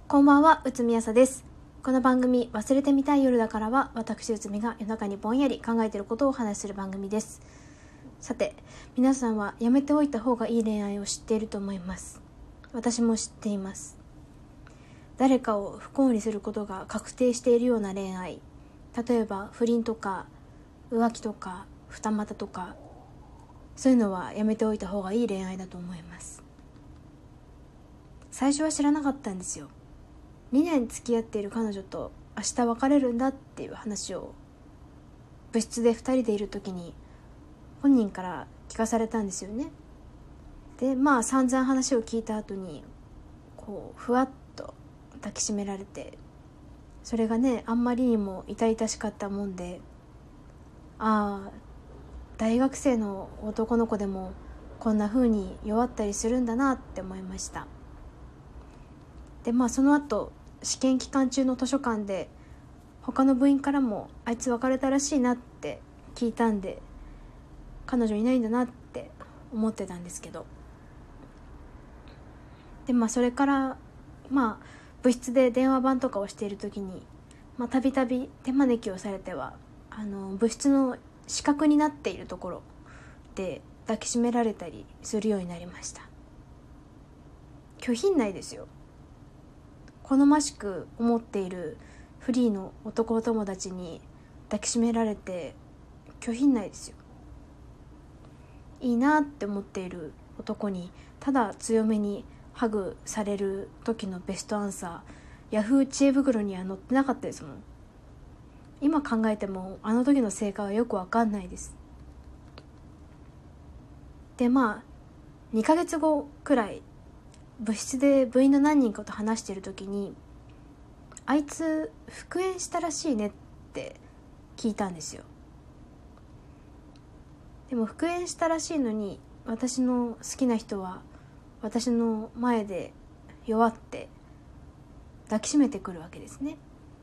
こんばんは、内海あさです。この番組、忘れてみたい夜だからは、私内海が夜中にぼんやり考えていることをお話しする番組です。さて、皆さんはやめておいた方がいい恋愛を知っていると思います。私も知っています。誰かを不幸にすることが確定しているような恋愛、例えば不倫とか浮気とか二股とか、そういうのはやめておいた方がいい恋愛だと思います。最初は知らなかったんですよ。2年付き合っている彼女と明日別れるんだっていう話を部室で2人でいる時に本人から聞かされたんですよね。で散々話を聞いた後にふわっと抱きしめられて、それがねあんまりにも痛々しかったもんで、大学生の男の子でもこんな風に弱ったりするんだなって思いました。でその後試験期間中の図書館で他の部員からもあいつ別れたらしいなって聞いたんで、彼女いないんだなって思ってたんですけど、でそれから部室で電話番とかをしている時にたびたび手招きをされては部室の死角になっているところで抱きしめられたりするようになりました。拒否ないですよ。好ましく思っているフリーの男友達に抱きしめられて拒否ないですよ。いいなって思っている男にただ強めにハグされる時のベストアンサー、ヤフー知恵袋には載ってなかったですもん。今考えてもあの時の正解はよくわかんないです。で2ヶ月後くらい部室で部員の何人かと話している時に、あいつ復縁したらしいねって聞いたんですよ。でも復縁したらしいのに私の好きな人は私の前で弱って抱きしめてくるわけですね。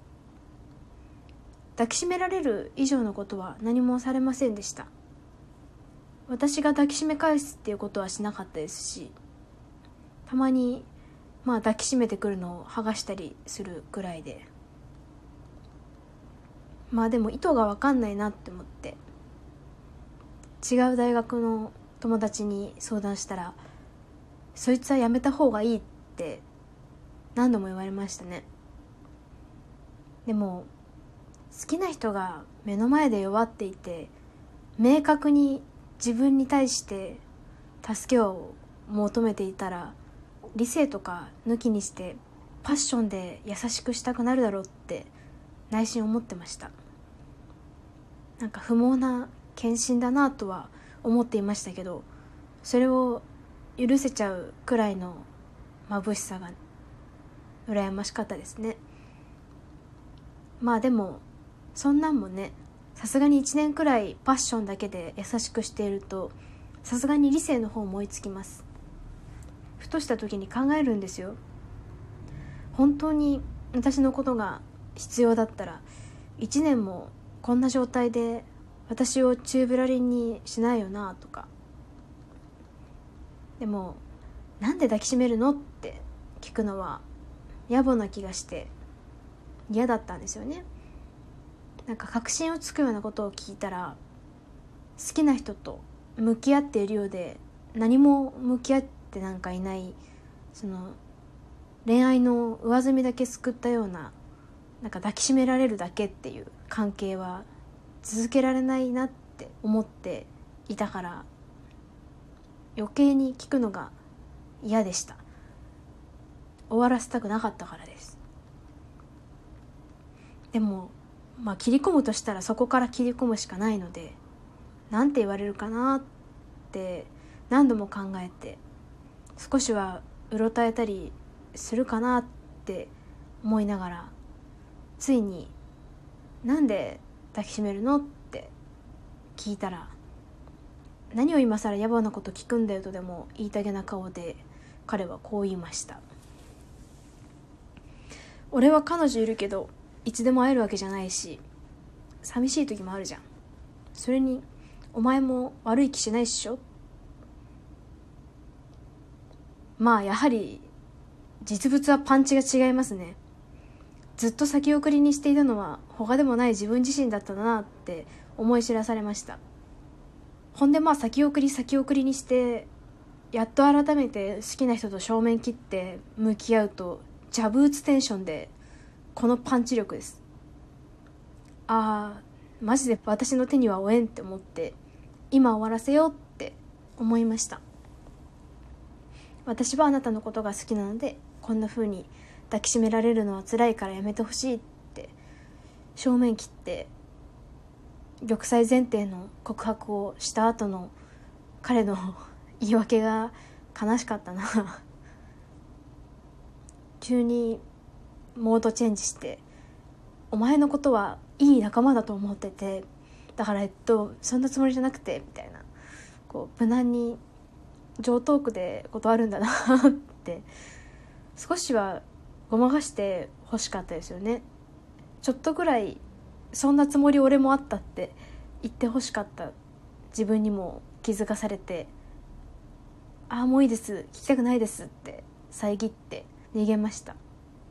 抱きしめられる以上のことは何もされませんでした。私が抱きしめ返すっていうことはしなかったですし、たまに抱きしめてくるのを剥がしたりするくらいで、でも意図が分かんないなって思って、違う大学の友達に相談したら、そいつはやめた方がいいって何度も言われましたね。でも好きな人が目の前で弱っていて、明確に自分に対して助けを求めていたら、理性とか抜きにしてパッションで優しくしたくなるだろうって内心思ってました。不毛な献身だなとは思っていましたけど、それを許せちゃうくらいの眩しさが羨ましかったですね。でもそんなんもね、さすがに1年くらいパッションだけで優しくしていると、さすがに理性の方も追いつきます。ふとした時に考えるんですよ。本当に私のことが必要だったら1年もこんな状態で私を宙ぶらりんにしないよなとか。でもなんで抱きしめるのって聞くのは野暮な気がして嫌だったんですよね。確信をつくようなことを聞いたら、好きな人と向き合っているようで何も向き合ってなんかいない、その恋愛の上積みだけ救ったような、抱きしめられるだけっていう関係は続けられないなって思っていたから、余計に聞くのが嫌でした。終わらせたくなかったからです。でも切り込むとしたらそこから切り込むしかないので、なんて言われるかなって何度も考えて、少しはうろたえたりするかなって思いながら、ついになんで抱きしめるのって聞いたら、何を今更野暮なこと聞くんだよとでも言いたげな顔で彼はこう言いました。俺は彼女いるけどいつでも会えるわけじゃないし、寂しい時もあるじゃん。それにお前も悪い気しないっしょ。やはり実物はパンチが違いますね。ずっと先送りにしていたのは他でもない自分自身だったなって思い知らされました。ほんで先送りにしてやっと改めて好きな人と正面切って向き合うとジャブ打つテンションでこのパンチ力です。マジで私の手には負えんって思って今終わらせようって思いました。私はあなたのことが好きなのでこんな風に抱きしめられるのは辛いからやめてほしいって正面切って玉砕前提の告白をした後の彼の言い訳が悲しかったな急にモードチェンジしてお前のことはいい仲間だと思っててだからそんなつもりじゃなくてみたいな無難に上トークで断るんだなって少しはごまかして欲しかったですよね。ちょっとぐらいそんなつもり俺もあったって言って欲しかった自分にも気づかされてもういいです聞きたくないですって遮って逃げました。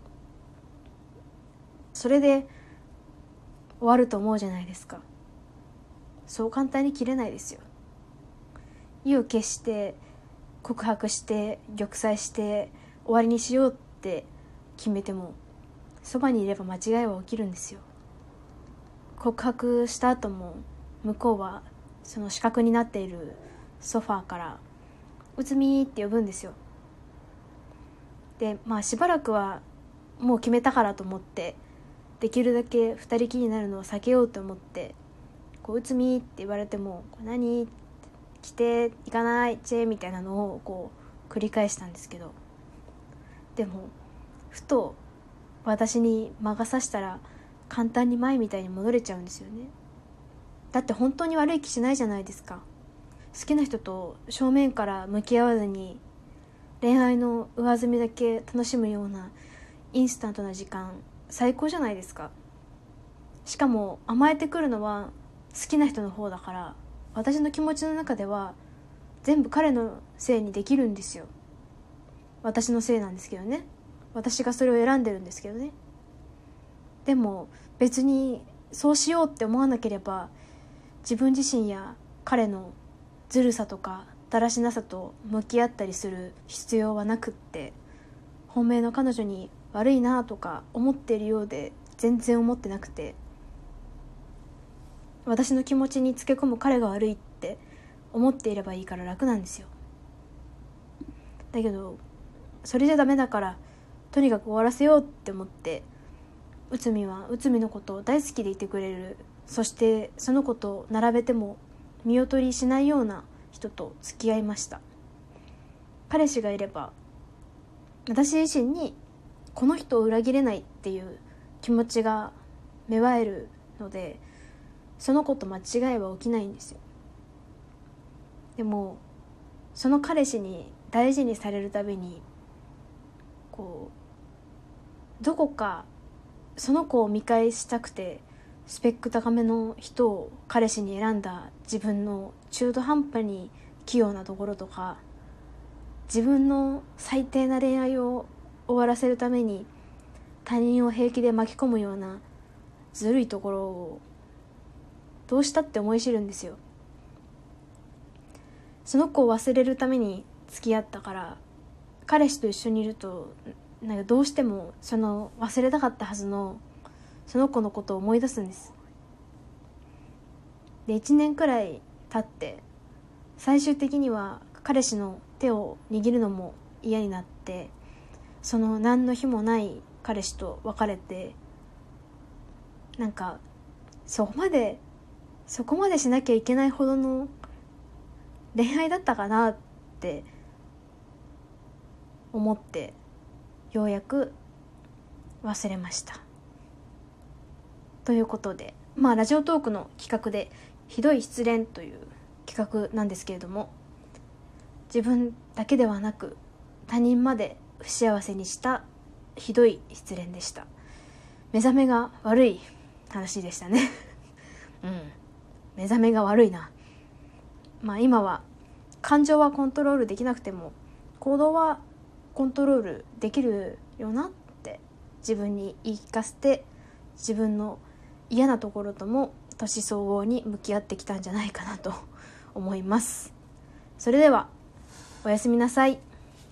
それで終わると思うじゃないですか。そう簡単に切れないですよ。意を決して告白して玉砕して終わりにしようって決めてもそばにいれば間違いは起きるんですよ。告白した後も向こうはその死角になっているソファーからうつみって呼ぶんですよ。でしばらくはもう決めたからと思ってできるだけ二人きりになるのを避けようと思ってうつみって言われても何来て行かないチェみたいなのを繰り返したんですけど、でもふと私に魔が差したら簡単に前みたいに戻れちゃうんですよね。だって本当に悪い気しないじゃないですか。好きな人と正面から向き合わずに恋愛の上積みだけ楽しむようなインスタントな時間最高じゃないですか。しかも甘えてくるのは好きな人の方だから私の気持ちの中では全部彼のせいにできるんですよ。私のせいなんですけどね。私がそれを選んでるんですけどね。でも別にそうしようって思わなければ自分自身や彼のずるさとかだらしなさと向き合ったりする必要はなくって、本命の彼女に悪いなとか思っているようで全然思ってなくて、私の気持ちにつけ込む彼が悪いって思っていればいいから楽なんですよ。だけどそれじゃダメだからとにかく終わらせようって思って内海は内海のことを大好きでいてくれる、そしてその子と並べても見劣りしないような人と付き合いました。彼氏がいれば私自身にこの人を裏切れないっていう気持ちが芽生えるのでその子と間違いは起きないんですよ。でもその彼氏に大事にされるたびにどこかその子を見返したくてスペック高めの人を彼氏に選んだ自分の中途半端に器用なところとか、自分の最低な恋愛を終わらせるために他人を平気で巻き込むようなずるいところをどうしたって思い知るんですよ。その子を忘れるために付き合ったから、彼氏と一緒にいるとどうしてもその忘れたかったはずのその子のことを思い出すんです。で1年くらい経って最終的には彼氏の手を握るのも嫌になって、その何の日もない彼氏と別れて、そこまでしなきゃいけないほどの恋愛だったかなって思ってようやく忘れました。ということでラジオトークの企画でひどい失恋という企画なんですけれども、自分だけではなく他人まで不幸せにしたひどい失恋でした。目覚めが悪い話でしたね目覚めが悪いな。今は感情はコントロールできなくても行動はコントロールできるよなって自分に言い聞かせて、自分の嫌なところとも年相応に向き合ってきたんじゃないかなと思います。それではおやすみなさい。